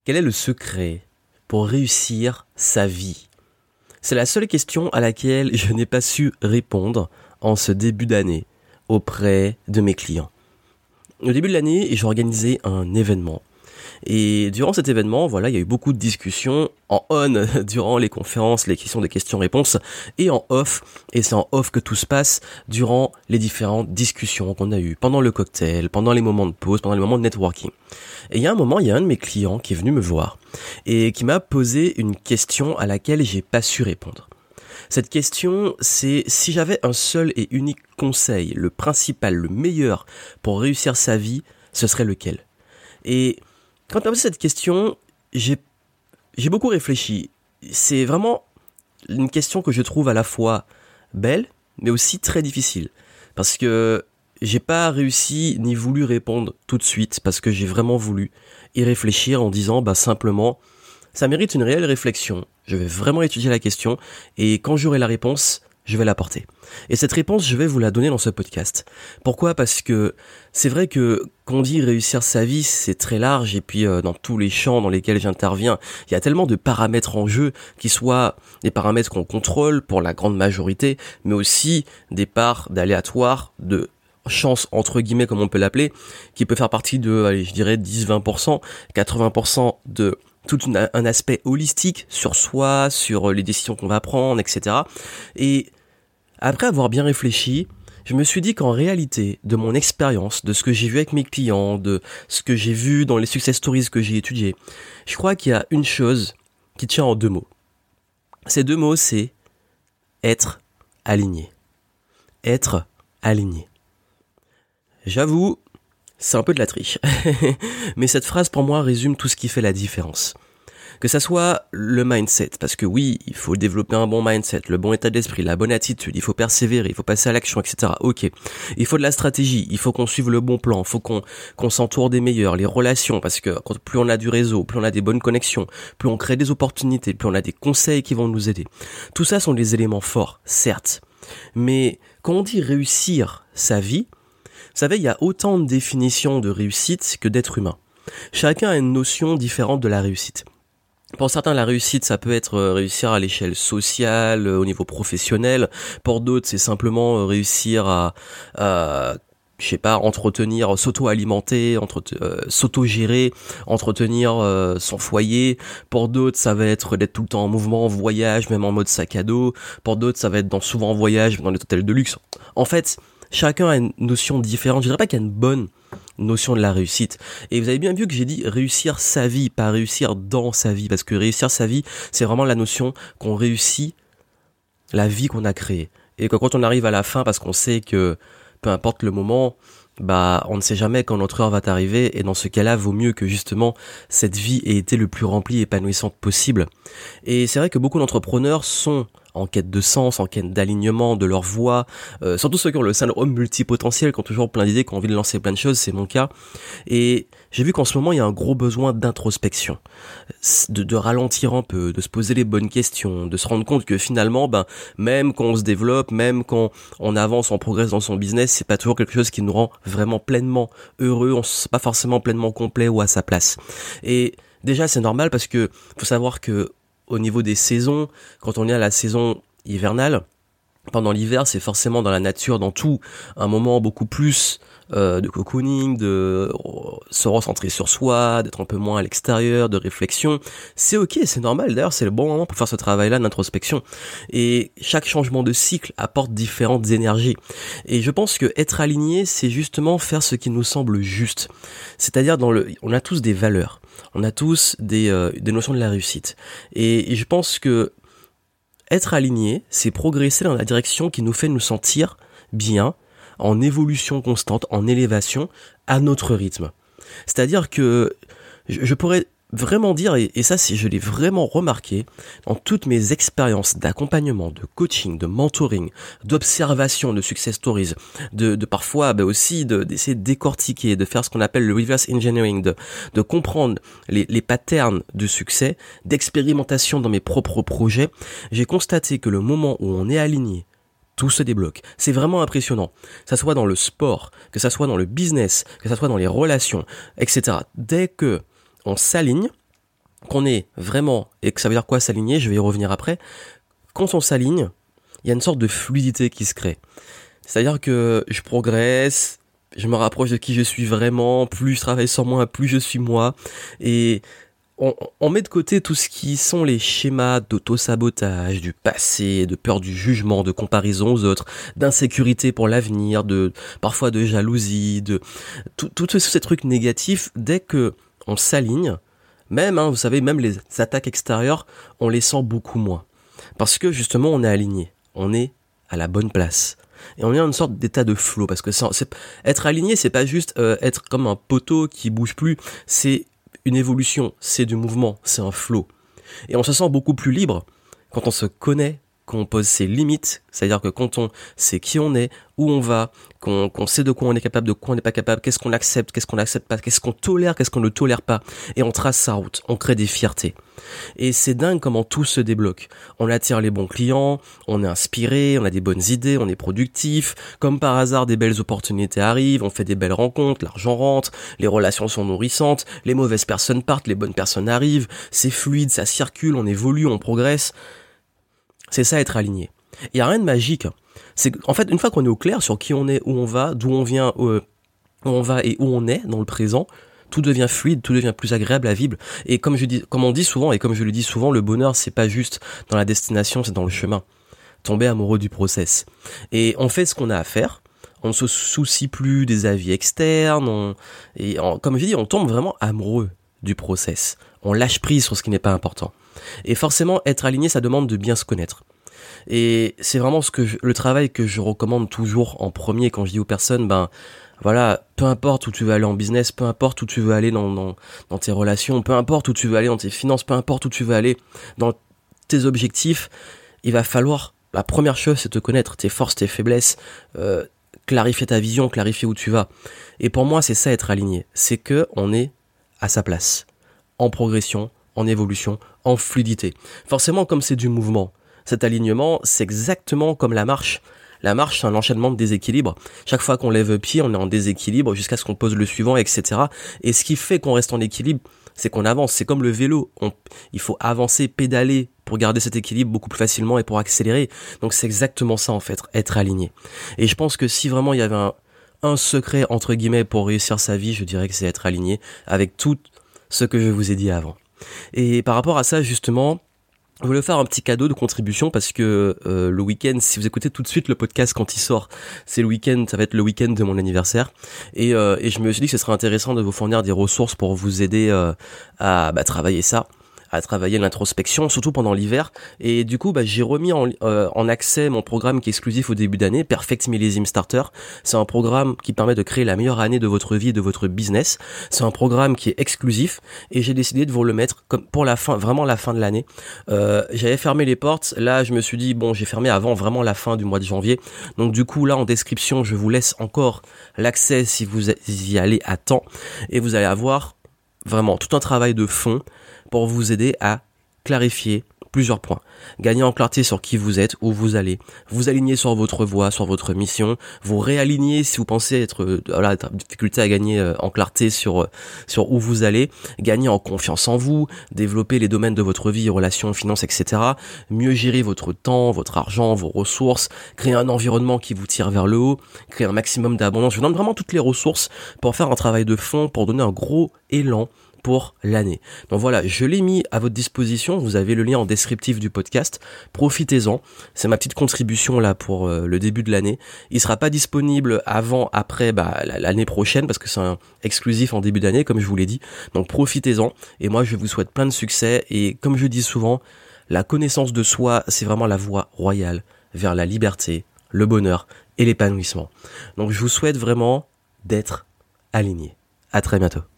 Quel est le secret pour réussir sa vie? C'est la seule question à laquelle je n'ai pas su répondre en ce début d'année auprès de mes clients. Au début de l'année, j'ai organisé un événement. Et durant cet événement, il y a eu beaucoup de discussions en on durant les conférences, les questions-réponses, et en off. Et c'est en off que tout se passe durant les différentes discussions qu'on a eues pendant le cocktail, pendant les moments de pause, pendant les moments de networking. Et il y a un moment, il y a un de mes clients qui est venu me voir et qui m'a posé une question à laquelle j'ai pas su répondre. Cette question, c'est si j'avais un seul et unique conseil, le principal, le meilleur pour réussir sa vie, ce serait lequel? Et quand tu as posé cette question, j'ai beaucoup réfléchi. C'est vraiment une question que je trouve à la fois belle, mais aussi très difficile. Parce que j'ai pas réussi ni voulu répondre tout de suite, parce que j'ai vraiment voulu y réfléchir en disant simplement, ça mérite une réelle réflexion. Je vais vraiment étudier la question, et quand j'aurai la réponse, je vais l'apporter. Et cette réponse, je vais vous la donner dans ce podcast. Pourquoi ? Parce que c'est vrai que quand on dit réussir sa vie, c'est très large, et puis dans tous les champs dans lesquels j'interviens, il y a tellement de paramètres en jeu, qui soient des paramètres qu'on contrôle pour la grande majorité, mais aussi des parts d'aléatoires, de chance entre guillemets comme on peut l'appeler, qui peut faire partie de, je dirais 10-20%, 80% de tout un aspect holistique sur soi, sur les décisions qu'on va prendre, etc. Et après avoir bien réfléchi, je me suis dit qu'en réalité, de mon expérience, de ce que j'ai vu avec mes clients, de ce que j'ai vu dans les success stories que j'ai étudiés, je crois qu'il y a une chose qui tient en 2 mots. Ces 2 mots, c'est être aligné. Être aligné. J'avoue, c'est un peu de la triche. Mais cette phrase pour moi résume tout ce qui fait la différence. Que ça soit le mindset, parce que oui, il faut développer un bon mindset, le bon état d'esprit, la bonne attitude, il faut persévérer, il faut passer à l'action, etc. Ok. Il faut de la stratégie, il faut qu'on suive le bon plan, il faut qu'on s'entoure des meilleurs, les relations, parce que plus on a du réseau, plus on a des bonnes connexions, plus on crée des opportunités, plus on a des conseils qui vont nous aider. Tout ça sont des éléments forts, certes. Mais quand on dit réussir sa vie, vous savez, il y a autant de définitions de réussite que d'être humain. Chacun a une notion différente de la réussite. Pour certains, la réussite, ça peut être réussir à l'échelle sociale, au niveau professionnel. Pour d'autres, c'est simplement réussir à entretenir, s'auto-alimenter, s'auto-gérer, entretenir son foyer. Pour d'autres, ça va être d'être tout le temps en mouvement, en voyage, même en mode sac à dos. Pour d'autres, ça va être souvent en voyage, dans les hôtels de luxe. En fait, chacun a une notion différente. Je dirais pas qu'il y a une bonne notion de la réussite. Et vous avez bien vu que j'ai dit réussir sa vie, pas réussir dans sa vie. Parce que réussir sa vie, c'est vraiment la notion qu'on réussit la vie qu'on a créée. Et que quand on arrive à la fin, parce qu'on sait que peu importe le moment, on ne sait jamais quand notre heure va arriver. Et dans ce cas-là, vaut mieux que justement cette vie ait été le plus remplie et épanouissante possible. Et c'est vrai que beaucoup d'entrepreneurs sont en quête de sens, en quête d'alignement de leur voix, surtout ceux qui ont le syndrome multipotentiel, qui ont toujours plein d'idées, qui ont envie de lancer plein de choses, c'est mon cas. Et j'ai vu qu'en ce moment, il y a un gros besoin d'introspection, de ralentir un peu, de se poser les bonnes questions, de se rendre compte que finalement, même quand on se développe, même quand on avance, on progresse dans son business, c'est pas toujours quelque chose qui nous rend vraiment pleinement heureux, on se sent pas forcément pleinement complet ou à sa place. Et déjà, c'est normal parce que faut savoir que au niveau des saisons, quand on est à la saison hivernale, pendant l'hiver, c'est forcément dans la nature, dans tout, un moment beaucoup plus de cocooning, de se recentrer sur soi, d'être un peu moins à l'extérieur, de réflexion. C'est ok, c'est normal. D'ailleurs, c'est le bon moment pour faire ce travail-là d'introspection. Et chaque changement de cycle apporte différentes énergies. Et je pense que être aligné, c'est justement faire ce qui nous semble juste. C'est-à-dire on a tous des valeurs. On a tous des notions de la réussite. Et je pense que être aligné, c'est progresser dans la direction qui nous fait nous sentir bien, en évolution constante, en élévation, à notre rythme. C'est-à-dire que je pourrais vraiment dire, et ça je l'ai vraiment remarqué, dans toutes mes expériences d'accompagnement, de coaching, de mentoring, d'observation, de success stories, de parfois aussi d'essayer de décortiquer, de faire ce qu'on appelle le reverse engineering, de comprendre les patterns de succès, d'expérimentation dans mes propres projets, j'ai constaté que le moment où on est aligné, tout se débloque. C'est vraiment impressionnant. Que ça soit dans le sport, que ça soit dans le business, que ça soit dans les relations, etc. Dès que on s'aligne, qu'on est vraiment, et que ça veut dire quoi s'aligner, je vais y revenir après, quand on s'aligne, il y a une sorte de fluidité qui se crée. C'est-à-dire que je progresse, je me rapproche de qui je suis vraiment, plus je travaille sur moi, plus je suis moi, et on met de côté tout ce qui sont les schémas d'auto-sabotage, du passé, de peur du jugement, de comparaison aux autres, d'insécurité pour l'avenir, parfois de jalousie, tous ces trucs négatifs. Dès que on s'aligne, même, vous savez, même les attaques extérieures, on les sent beaucoup moins. Parce que justement, on est aligné, on est à la bonne place. Et on est dans une sorte d'état de flow, parce que être aligné, c'est pas juste être comme un poteau qui bouge plus, c'est une évolution, c'est du mouvement, c'est un flow. Et on se sent beaucoup plus libre quand on se connaît, qu'on pose ses limites, c'est-à-dire que quand on sait qui on est, où on va, qu'on sait de quoi on est capable, de quoi on n'est pas capable, qu'est-ce qu'on accepte pas, qu'est-ce qu'on tolère, qu'est-ce qu'on ne tolère pas, et on trace sa route, on crée des fiertés. Et c'est dingue comment tout se débloque. On attire les bons clients, on est inspiré, on a des bonnes idées, on est productif, comme par hasard des belles opportunités arrivent, on fait des belles rencontres, l'argent rentre, les relations sont nourrissantes, les mauvaises personnes partent, les bonnes personnes arrivent, c'est fluide, ça circule, on évolue, on progresse. C'est ça être aligné. Il n'y a rien de magique. C'est en fait, une fois qu'on est au clair sur qui on est, où on va, d'où on vient, où on va et où on est dans le présent, tout devient fluide, tout devient plus agréable à vivre. Et comme on dit souvent, et comme je le dis souvent, le bonheur, c'est pas juste dans la destination, c'est dans le chemin. Tomber amoureux du process. Et on fait ce qu'on a à faire. On ne se soucie plus des avis externes. Comme je dis, on tombe vraiment amoureux du process. On lâche prise sur ce qui n'est pas important. Et forcément, être aligné, ça demande de bien se connaître. Et c'est vraiment le travail que je recommande toujours en premier quand je dis aux personnes, voilà, peu importe où tu veux aller en business, peu importe où tu veux aller dans tes relations, peu importe où tu veux aller dans tes finances, peu importe où tu veux aller dans tes objectifs, il va falloir, la première chose, c'est te connaître, tes forces, tes faiblesses, clarifier ta vision, clarifier où tu vas. Et pour moi, c'est ça être aligné. C'est que on est à sa place, en progression, en évolution, en fluidité. Forcément, comme c'est du mouvement, cet alignement, c'est exactement comme la marche. La marche, c'est un enchaînement de déséquilibres. Chaque fois qu'on lève pied, on est en déséquilibre jusqu'à ce qu'on pose le suivant, etc. Et ce qui fait qu'on reste en équilibre, c'est qu'on avance. C'est comme le vélo. Il faut avancer, pédaler pour garder cet équilibre beaucoup plus facilement et pour accélérer. Donc c'est exactement ça, en fait, être aligné. Et je pense que si vraiment il y avait un secret, entre guillemets, pour réussir sa vie, je dirais que c'est être aligné avec tout ce que je vous ai dit avant. Et par rapport à ça, justement, je voulais faire un petit cadeau de contribution parce que le week-end, si vous écoutez tout de suite le podcast quand il sort, c'est le week-end, ça va être le week-end de mon anniversaire. Et je me suis dit que ce serait intéressant de vous fournir des ressources pour vous aider à travailler ça, à travailler l'introspection, surtout pendant l'hiver. Et du coup, j'ai remis en accès mon programme qui est exclusif au début d'année, Perfect Millésime Starter. C'est un programme qui permet de créer la meilleure année de votre vie et de votre business. C'est un programme qui est exclusif et j'ai décidé de vous le mettre comme pour la fin, vraiment la fin de l'année. J'avais fermé les portes. Là, je me suis dit, j'ai fermé avant vraiment la fin du mois de janvier. Donc du coup, là, en description, je vous laisse encore l'accès si vous y allez à temps. Et vous allez avoir vraiment tout un travail de fond pour vous aider à clarifier plusieurs points. Gagner en clarté sur qui vous êtes, où vous allez, vous aligner sur votre voie, sur votre mission, vous réaligner si vous pensez être difficulté à gagner en clarté sur où vous allez, gagner en confiance en vous, développer les domaines de votre vie, relations, finances, etc. Mieux gérer votre temps, votre argent, vos ressources, créer un environnement qui vous tire vers le haut, créer un maximum d'abondance. Je vous donne vraiment toutes les ressources pour faire un travail de fond, pour donner un gros élan pour l'année. Donc voilà, je l'ai mis à votre disposition, vous avez le lien en descriptif du podcast, profitez-en, c'est ma petite contribution là pour le début de l'année. Il sera pas disponible après l'année prochaine parce que c'est un exclusif en début d'année comme je vous l'ai dit, donc profitez-en et moi je vous souhaite plein de succès et comme je dis souvent, la connaissance de soi c'est vraiment la voie royale vers la liberté, le bonheur et l'épanouissement. Donc je vous souhaite vraiment d'être aligné. À très bientôt.